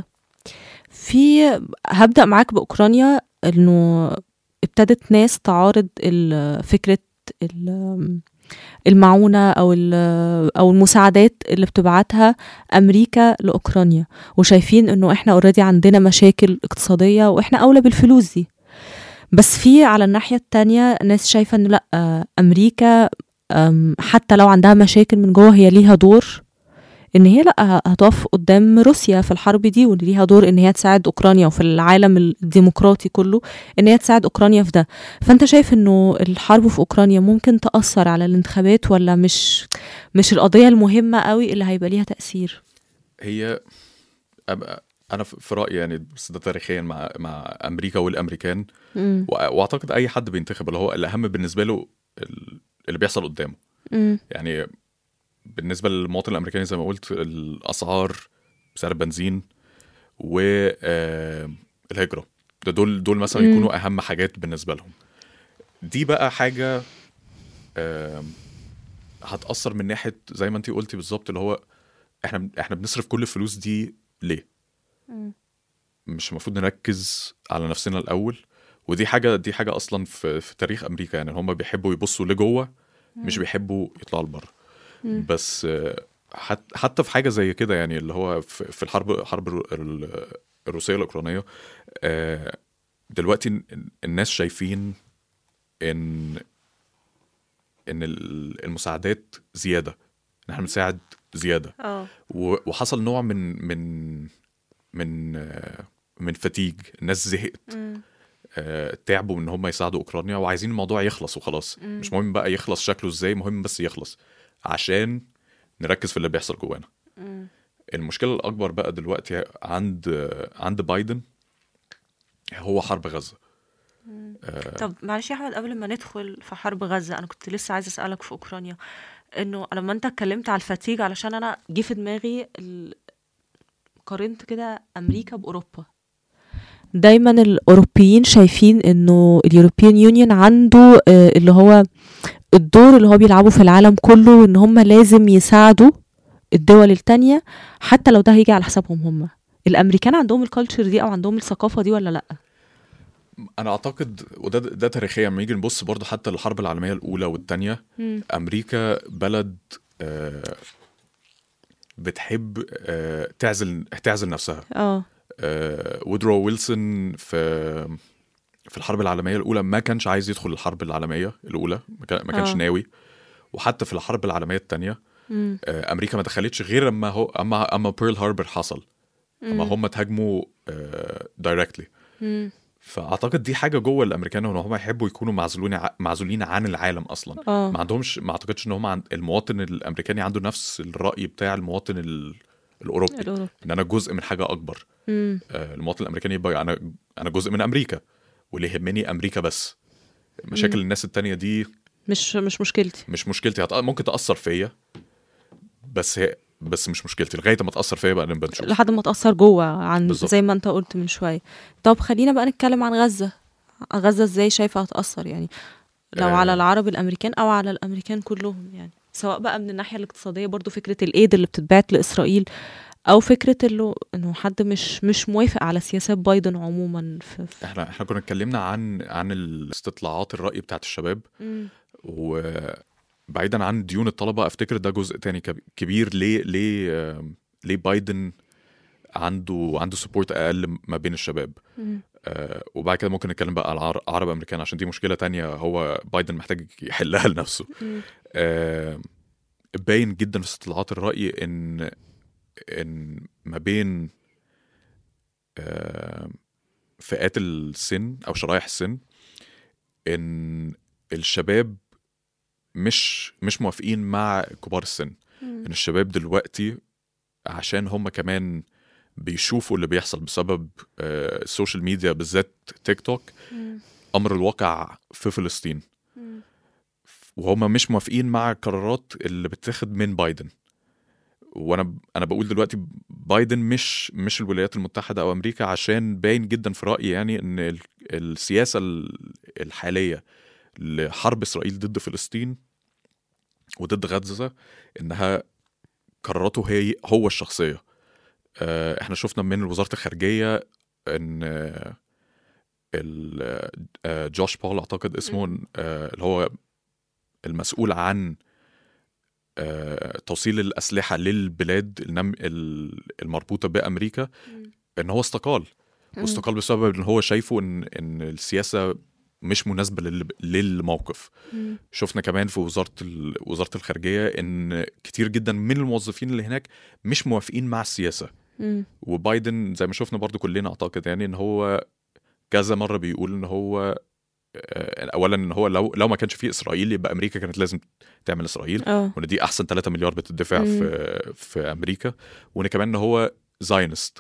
هبدأ معاك بأوكرانيا، إنه ابتدت ناس تعارض فكرة المعونة أو المساعدات اللي بتبعتها أمريكا لأوكرانيا، وشايفين إنه إحنا اوريدي عندنا مشاكل اقتصادية وإحنا أولى بالفلوس دي. بس في على الناحية التانية ناس شايفة إن لأ، أمريكا حتى لو عندها مشاكل من جوه هي ليها دور ان هي لا هتقف قدام روسيا في الحرب دي، وليها دور ان هي تساعد اوكرانيا، وفي العالم الديمقراطي كله ان هي تساعد اوكرانيا في ده. فانت شايف انه الحرب في اوكرانيا ممكن تأثر على الانتخابات، ولا مش القضية المهمة قوي اللي هيبقى ليها تأثير؟ هي انا في رأيي يعني، بس ده تاريخيا مع امريكا والامريكان، واعتقد اي حد بينتخب اللي هو الاهم بالنسبة له اللي بيحصل قدامه. يعني بالنسبة للمواطن الأمريكاني زي ما قلت، الأسعار، سعر البنزين، والهجرة، دول مثلا يكونوا أهم حاجات بالنسبة لهم. دي بقى حاجة هتأثر من ناحية زي ما انتي قلتي بالظبط، اللي هو احنا بنصرف كل الفلوس دي ليه؟ مش المفروض نركز على نفسنا الأول؟ ودي حاجة أصلا في تاريخ أمريكا، يعني هم بيحبوا يبصوا لجوه، مش بيحبوا يطلعوا لبره. بس حتى في حاجة زي كده، يعني اللي هو في حرب الروسية الأوكرانية، دلوقتي الناس شايفين ان المساعدات زيادة، ان احنا بنساعد زيادة، وحصل نوع من فتيج. الناس زهقت، تعبوا ان هم يساعدوا اوكرانيا وعايزين الموضوع يخلص وخلاص. مش مهم بقى يخلص شكله ازاي، مهم بس يخلص عشان نركز في اللي بيحصل جوانا. المشكلة الأكبر بقى دلوقتي عند بايدن هو حرب غزة. طب معلش يا أحمد، قبل ما ندخل في حرب غزة، أنا كنت لسه عايزة أسألك في أوكرانيا، إنه لما أنت اتكلمت على الفتيج، علشان أنا جه في دماغي قارنت كده أمريكا بأوروبا. دايما الأوروبيين شايفين إنه اليوروبيان يونيون عنده اللي هو الدور اللي هو بيلعبه في العالم كله، وإن هم لازم يساعدوا الدول التانية حتى لو ده هيجي على حسابهم هم. الأمريكان عندهم الكالتشر دي أو عندهم الثقافة دي ولا لأ؟ أنا أعتقد، وده تاريخيا لما يجي نبص برضو حتى الحرب العالمية الأولى والتانية، أمريكا بلد بتحب تعزل نفسها. وودرو ويلسون في الحرب العالمية الأولى ما كانش عايز يدخل الحرب العالمية الأولى، ما كانش ناوي. وحتى في الحرب العالمية التانية أمريكا ما دخلتش غير أما بيرل هاربر حصل، أما هم تهاجموا دايركتلي. فأعتقد دي حاجة جوه الأمريكان، إن هم يحبوا يكونوا معزولين عن العالم أصلا. ما أعتقدش إن هم المواطن الأمريكاني عنده نفس الرأي بتاع المواطن الأوروبي، إن أنا جزء من حاجة أكبر. المواطن الأمريكاني يبقى أنا جزء من أمريكا، واللي يهمني أمريكا بس. مشاكل الناس التانية دي مش مشكلتي. ممكن تأثر فيا، بس مش مشكلتي لغاية ما تأثر فيا بقى نبقى نشوف، لحد ما تأثر جوه عن بالزبط. زي ما انت قلت من شوية. طب خلينا بقى نتكلم عن غزة ازاي شايفة هتأثر، يعني لو على العرب الأمريكان أو على الأمريكان كلهم، يعني سواء بقى من الناحية الاقتصادية برضو، فكرة الإيد اللي بتتبعت لإسرائيل، أو فكرة إنه حد مش موافق على سياسات بايدن عموما. احنا كنا اتكلمنا عن الاستطلاعات الرأي بتاعت الشباب، وبعيدا عن ديون الطلبة، افتكر ده جزء تاني كبير. ليه بايدن عنده سبورت أقل ما بين الشباب. وبعد كده ممكن نتكلم بقى على عرب أمريكان، عشان دي مشكلة تانية هو بايدن محتاج يحلها لنفسه. باين جدا في استطلاعات الرأي إن ما بين فئات السن أو شرائح السن، إن الشباب مش موافقين مع كبار السن. إن الشباب دلوقتي عشان هم كمان بيشوفوا اللي بيحصل بسبب السوشيال ميديا، بالذات تيك توك، أمر الواقع في فلسطين، وهم مش موافقين مع القرارات اللي بتتاخد من بايدن. وانا بقول دلوقتي بايدن مش الولايات المتحدة او امريكا، عشان باين جدا في رأيي يعني ان السياسة الحالية لحرب اسرائيل ضد فلسطين وضد غزة، انها قراراته هو الشخصية. احنا شفنا من وزارة الخارجية ان جوش بول اعتقد اسمه، اللي هو المسؤول عن توصيل الأسلحة للبلاد المربوطة بأمريكا إن هو استقال. واستقال بسبب إن هو شايفه إن السياسة مش مناسبة للموقف. شفنا كمان في وزارة الخارجية إن كتير جدا من الموظفين اللي هناك مش موافقين مع السياسة. وبايدن زي ما شفنا برضو كلنا أعتقد يعني إن هو كذا مرة بيقول إن هو اولا ان هو لو ما كانش فيه اسرائيل يبقى امريكا كانت لازم تعمل اسرائيل، وان دي احسن 3 مليار بتدفع في امريكا، وان كمان ان هو زاينست.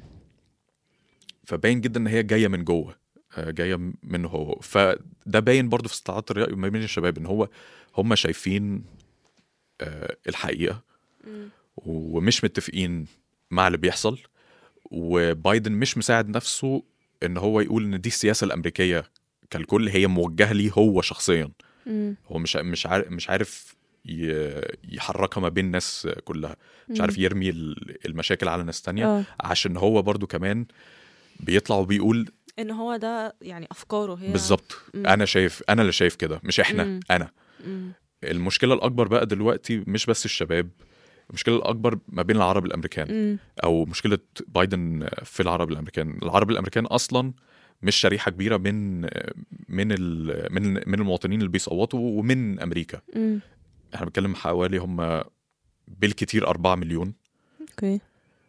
فباين جدا ان هي جايه من جوه، جايه منه هو. فده باين برضو في استطلاعات الرأي ما بين الشباب ان هم شايفين الحقيقه ومش متفقين مع اللي بيحصل. وبايدن مش مساعد نفسه ان هو يقول ان دي السياسه الامريكيه كالكل هي موجهه ليه هو شخصيا. هو مش عارف يحركها ما بين الناس كلها، مش عارف يرمي المشاكل على ناس تانية. عشان هو برضو كمان بيطلع وبيقول ان هو ده يعني افكاره هي بالظبط. انا اللي شايف كده، مش احنا. انا المشكله الاكبر بقى دلوقتي مش بس الشباب، المشكله الاكبر ما بين العرب الامريكان. او مشكله بايدن في العرب الامريكان اصلا مش شريحه كبيره من المواطنين اللي بيصوتوا ومن امريكا. احنا بنتكلم حوالي هم بالكتير 4 مليون. اوكي.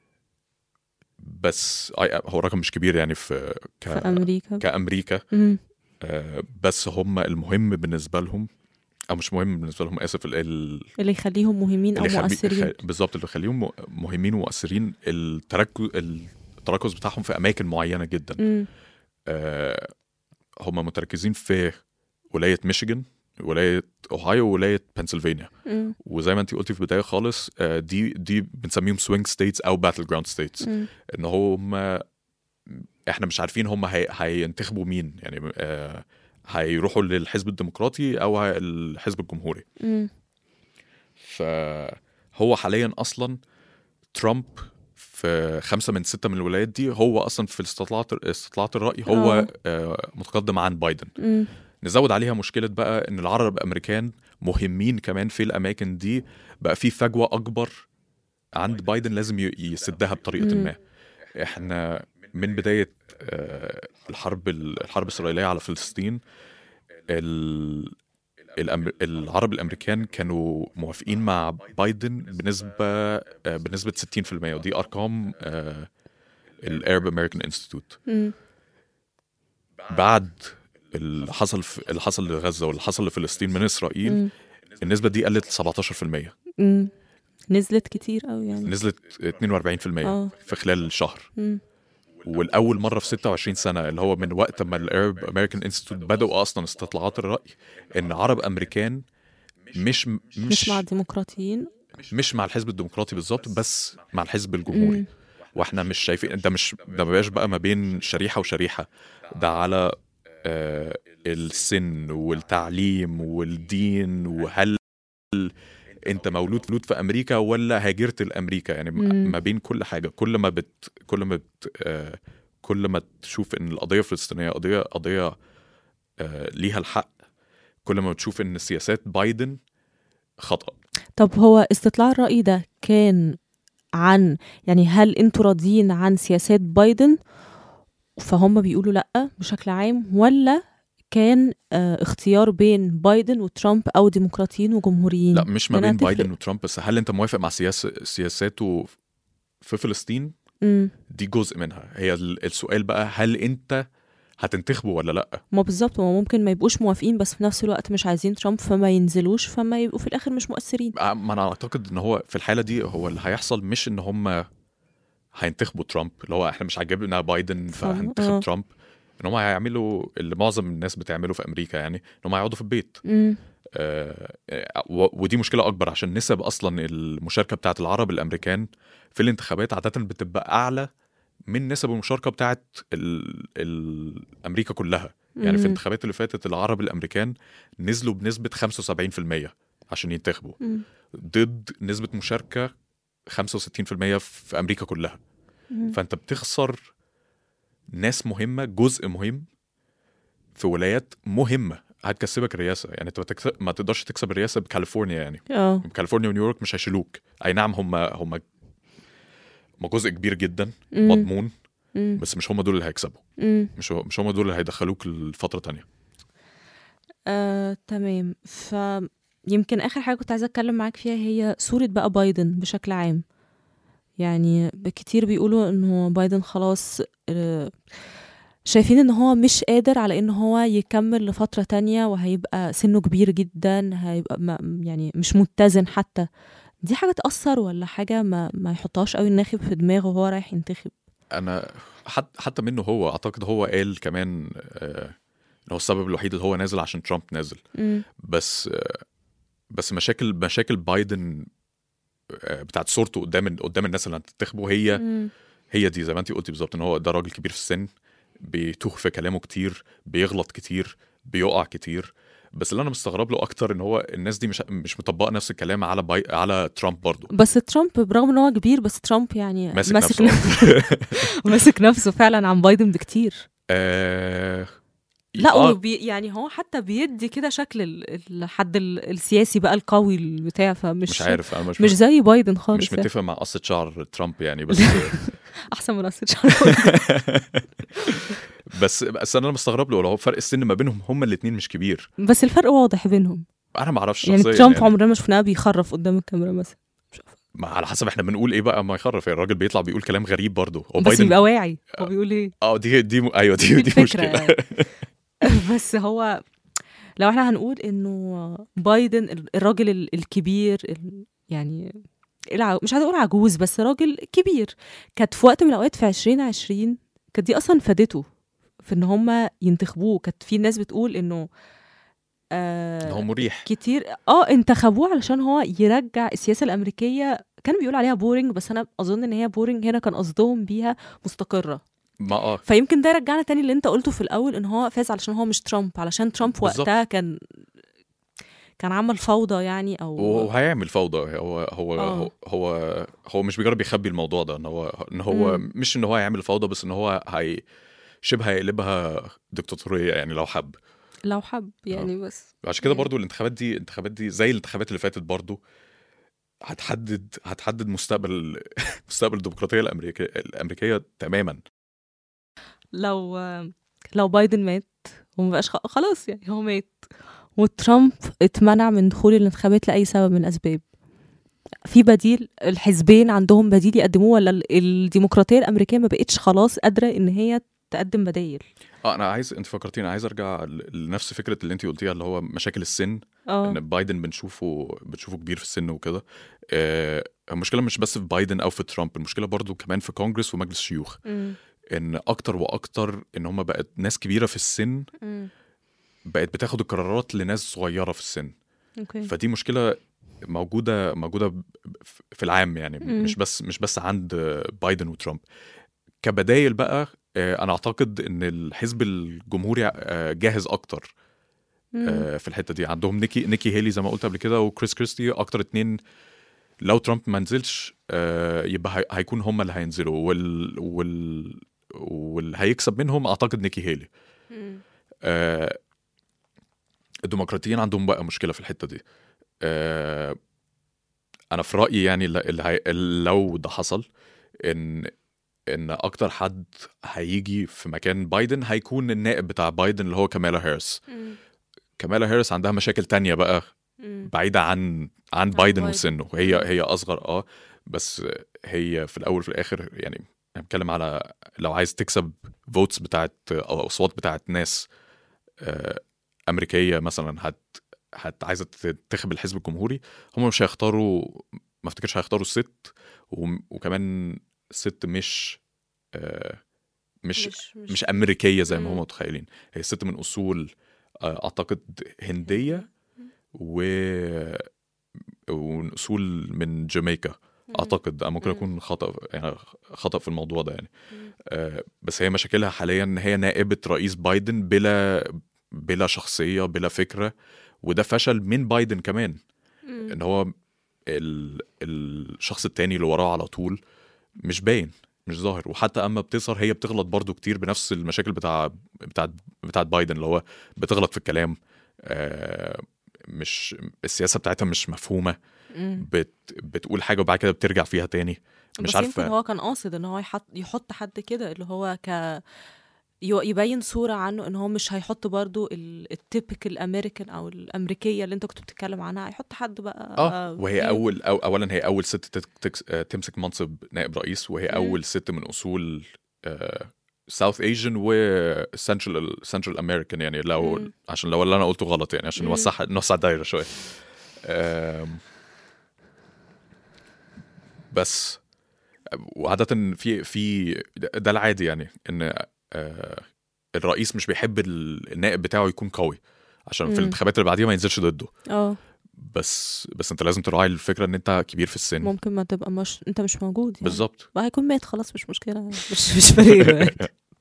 بس هو رقم مش كبير يعني في امريكا كامريكا. بس هم المهم بالنسبه لهم، او مش مهم بالنسبه لهم، اسف، اللي يخليهم مهمين او مؤثرين. بالظبط، اللي يخليهم مهمين ومؤثرين التركز بتاعهم في اماكن معينه جدا. هم متركزين في ولايه ميشيغان، ولايه اوهايو، وولايه بنسلفانيا. وزي ما انت قلتي في البدايه خالص، دي بنسميهم سوينج ستيتس او باتل جراوند ستيتس. ان هم احنا مش عارفين هم هينتخبوا مين، يعني هيروحوا للحزب الديمقراطي او الحزب الجمهوري. فهو حاليا اصلا ترامب في 5 من 6 من الولايات دي، هو اصلا في استطلاعات الرأي هو متقدم عن بايدن. نزود عليها مشكلة بقى ان العرب الامريكان مهمين كمان في الاماكن دي، بقى في فجوة اكبر عند بايدن لازم يسدها بطريقة ما. احنا من بداية الحرب الإسرائيلية على فلسطين، العرب الامريكان كانوا موافقين مع بايدن بنسبه 60%، ودي ارقام الارب امريكان انستيتوت. بعد اللي حصل لغزه واللي حصل لفلسطين من اسرائيل، النسبه دي قلت ل 17%. نزلت كتير قوي، يعني نزلت 42% في خلال شهر. والأول مرة في 26 سنة، اللي هو من وقت ما الارب امريكان انستيتوت بدأوا أصلا استطلاعات الرأي، إن عرب أمريكان مش مع الديمقراطيين، مش مع الحزب الديمقراطي بالظبط، بس مع الحزب الجمهوري. واحنا مش شايفين ده ما بقاش بقى ما بين شريحة وشريحة، ده على السن والتعليم والدين، وهل انت مولود في امريكا ولا هاجرت لامريكا، يعني ما بين كل حاجه. كل ما تشوف ان القضيه الفلسطينيه قضيه ليها الحق، كل ما تشوف ان سياسات بايدن خطأ. طب هو استطلاع الرأي ده كان عن، يعني هل انتوا راضيين عن سياسات بايدن فهم بيقولوا لأ بشكل عام، ولا كان اختيار بين بايدن وترامب او ديمقراطيين وجمهوريين؟ لا، مش ما بين بايدن وترامب بس. هل انت موافق مع سياساته في فلسطين؟ دي جزء منها. هي السؤال بقى، هل انت هتنتخبه ولا لا؟ ما بالظبط، ما ممكن ما يبقوش موافقين بس في نفس الوقت مش عايزين ترامب، فما ينزلوش، فما يبقوا في الاخر مش مؤثرين. ما انا اعتقد ان هو في الحاله دي هو اللي هيحصل مش ان هم هينتخبوا ترامب، اللي هو احنا مش عاجبنا بايدن فهننتخب ترامب. ان هم هيعملوا اللي معظم الناس بتعمله في امريكا، يعني ان هم هيقعدوا في البيت. ودي مشكله اكبر، عشان نسب اصلا المشاركه بتاعت العرب الامريكان في الانتخابات عاده بتبقى اعلى من نسب المشاركه بتاعت امريكا كلها. يعني في الانتخابات اللي فاتت العرب الامريكان نزلوا بنسبه 75% عشان ينتخبوا، ضد نسبه مشاركه 65% في امريكا كلها. فانت بتخسر ناس مهمه، جزء مهم في ولايات مهمه هتكسبك الرئاسه. يعني انت ما تقدرش تكسب الرئاسه بكاليفورنيا. يعني اه كاليفورنيا ونيويورك مش هيشيلوك. اي نعم هم جزء كبير جدا مم. مضمون، مم. بس مش هم دول اللي هيكسبوا. مم. مش هم دول اللي هيدخلوك لفتره تانية. تمام. يمكن آخر حاجة كنت عايزة أتكلم معاك فيها هي صورة بقى بايدن بشكل عام. يعني كتير بيقولوا إنه بايدن خلاص شايفين إن هو مش قادر على إن هو يكمل لفترة تانية، وهيبقى سنه كبير جدا، هيبقى يعني مش متزن حتى. دي حاجة تأثر ولا حاجة ما يحطهاش قوي الناخب في دماغه وهو رايح ينتخب؟ انا حتى منه هو اعتقد هو قال كمان هو السبب الوحيد اللي هو نازل عشان ترامب نازل. بس مشاكل بايدن بتاعت صورته قدام الناس اللي هتنتخبه هي دي زي ما انتي قلتي بالظبط، ان هو ده راجل كبير في السن، بيتوه في كلامه كتير، بيغلط كتير، بيقع كتير. بس اللي انا مستغرب له اكتر ان هو الناس دي مش مطبقه نفس الكلام على ترامب برضو. بس ترامب برغم ان هو كبير، بس ترامب يعني ماسك نفسه ماسك نفسه فعلا عن بايدن بكتير. لا يعني هو حتى بيدي كده شكل الحد السياسي بقى القوي بتاع، فمش مش عارف. أنا مش زي بايدن خالص. مش متفق مع قصة شعر ترامب يعني، بس احسن من قصة شعر بس انا مستغرب له. لو فرق السن ما بينهم هما الاثنين مش كبير، بس الفرق واضح بينهم. انا ما اعرفش يعني شخصيا. ترامب عمرنا ما شفناه بيخرف قدام الكاميرا مثلا. ما على حسب احنا بنقول ايه بقى. ما يخرف يعني، الراجل بيطلع بيقول كلام غريب برضه. بس يبقى واعي هو بيقول ايه. ايوه دي مشكلة يعني. بس هو لو احنا هنقول انه بايدن الراجل الكبير يعني مش عايزه اقول عجوز، بس راجل كبير، كانت في وقت من الاوقات في 2020 كانت دي اصلا فادته في ان هم ينتخبوه. كانت في ناس بتقول انه هو مريح كتير انتخبوه علشان هو يرجع السياسه الامريكيه. كانوا بيقولوا عليها بورينج، بس انا اظن ان هي بورينج هنا كان قصدهم بيها مستقره. فيمكن ده يرجعنا تاني اللي انت قلته في الاول، ان هو فاز علشان هو مش ترامب، علشان ترامب وقتها كان عمل فوضى يعني، او وهيعمل فوضى. هو مش بيجرب يخبي الموضوع ده، ان هو مش ان هو هيعمل فوضى، بس ان هو شبه هيقلبها ديكتاتورية يعني لو حب يعني. بس عشان كده برضو الانتخابات دي زي الانتخابات اللي فاتت برضو هتحدد مستقبل الديمقراطية الأمريكية تماما. لو بايدن مات ومبقاش خلاص، يعني هو مات وترامب اتمنع من دخول الانتخابات لأي سبب من الأسباب، في بديل؟ الحزبين عندهم بديل يقدموه، ولا الديمقراطية الأمريكية ما بقتش خلاص قادرة إن هي تقدم بدايل؟ انت فكرتيني، عايز ارجع لنفس فكره اللي انت قلتيها، اللي هو مشاكل السن. ان بايدن بنشوفه كبير في السن وكده. المشكله مش بس في بايدن او في ترامب، المشكله برضو كمان في كونجرس ومجلس الشيوخ. ان اكتر واكتر ان هم بقت ناس كبيره في السن بقت بتاخد القرارات لناس صغيره في السن. فدي مشكله موجوده في العام يعني. مش بس عند بايدن وترامب. كبدايل بقى، انا اعتقد ان الحزب الجمهوري جاهز اكتر في الحته دي. عندهم نيكي هيلي زي ما قلت قبل كده، وكريس كريستي، اكتر اتنين لو ترامب ما نزلش يبقى هيكون هم اللي هينزلوا. واللي هيكسب منهم اعتقد نيكي هيلي. الديمقراطيين عندهم بقى مشكله في الحته دي. انا في رايي يعني لو ده حصل، ان اكتر حد هيجي في مكان بايدن هيكون النائب بتاع بايدن اللي هو كامالا هاريس. كامالا هاريس عندها مشاكل تانية بقى بعيدة عن بايدن وسنه. هي اصغر بس هي في الاول في الاخر يعني بنتكلم على لو عايز تكسب فوتس بتاعت او اصوات بتاعت ناس امريكيه مثلا عايزه تنتخب الحزب الجمهوري، هم مش هيختاروا، ما افتكرش هيختاروا الست. وكمان الست مش امريكيه زي ما هم متخيلين. هي الست من اصول اعتقد هنديه واصول من جامايكا اعتقد. ممكن اكون خطأ في الموضوع ده يعني. بس هي مشاكلها حاليا ان هي نائبه رئيس بايدن بلا شخصيه، بلا فكره. وده فشل من بايدن كمان، ان هو الشخص التاني اللي وراه على طول مش باين، مش ظاهر. وحتى اما بتظهر هي بتغلط برضو كتير بنفس المشاكل بتاعت بايدن، اللي هو بتغلط في الكلام، مش السياسة بتاعتها مش مفهومة، بتقول حاجة وبعد كده بترجع فيها تاني، مش عارفة. بس يمكن هو كان قاصد ان هو يحط حد كده اللي هو يبين صورة عنه ان هو مش هيحط برضو التيبيكال الامريكان او الامريكية اللي انت كنت بتتكلم عنها، هيحط حد بقى وهي اولا هي اول ست تمسك منصب نائب رئيس، وهي اول ست من اصول ساوث ايجن وسنترال امريكان، يعني عشان لو اللي انا قلته غلط يعني عشان نوسع الدايره شويه. بس وعاده في ده العادي يعني ان الرئيس مش بيحب النائب بتاعه يكون قوي عشان في الانتخابات اللي بعديها ما ينزلش ضده. بس انت لازم تراعي الفكره ان انت كبير في السن، ممكن ما تبقى انت مش موجود يعني. بالظبط، بقى هيكون مات خلاص، مش مشكله، مش فارق.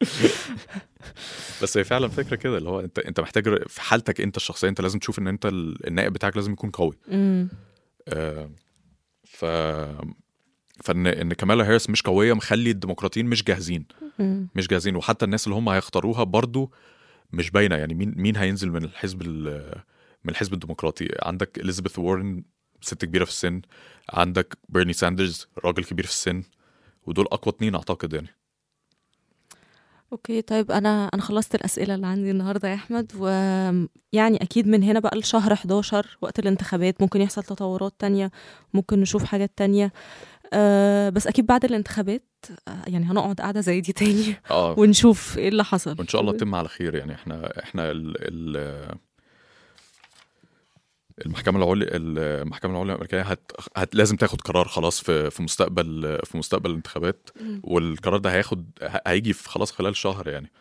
بس هي فعلا فكره كده اللي هو انت محتاج في حالتك انت الشخصيه، انت لازم تشوف ان انت النائب بتاعك لازم يكون قوي. فان كامالا هاريس مش قويه مخلي الديمقراطيين مش جاهزين، وحتى الناس اللي هم هيختاروها برضو مش باينه. يعني مين هينزل من الحزب الديمقراطي؟ عندك إليزابيث وارن ست كبيره في السن، عندك بيرني ساندرز راجل كبير في السن، ودول اقوى 2 اعتقد يعني. اوكي طيب انا خلصت الاسئله اللي عندي النهارده يا احمد، ويعني اكيد من هنا بقى لشهر 11 وقت الانتخابات ممكن يحصل تطورات تانية، ممكن نشوف حاجات تانية. بس اكيد بعد الانتخابات يعني هنقعد قاعده زي دي تاني ونشوف ايه اللي حصل، وان شاء الله تتم على خير. يعني احنا المحكمة العليا الأمريكية لازم تاخد قرار خلاص في مستقبل الانتخابات، والقرار ده هيجي خلاص خلال شهر يعني.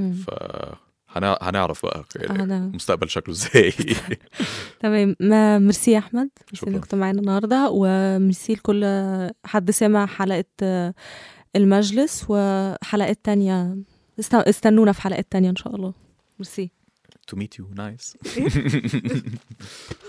هنعرف بقى المستقبل شكله ازاي. تمام. ميرسي يا أحمد، ميرسي انك كنت معانا النهارده، وميرسي لكل حد سمع حلقة المجلس، وحلقات تانية استنونا في حلقات تانية ان شاء الله. ميرسي. To meet you, nice.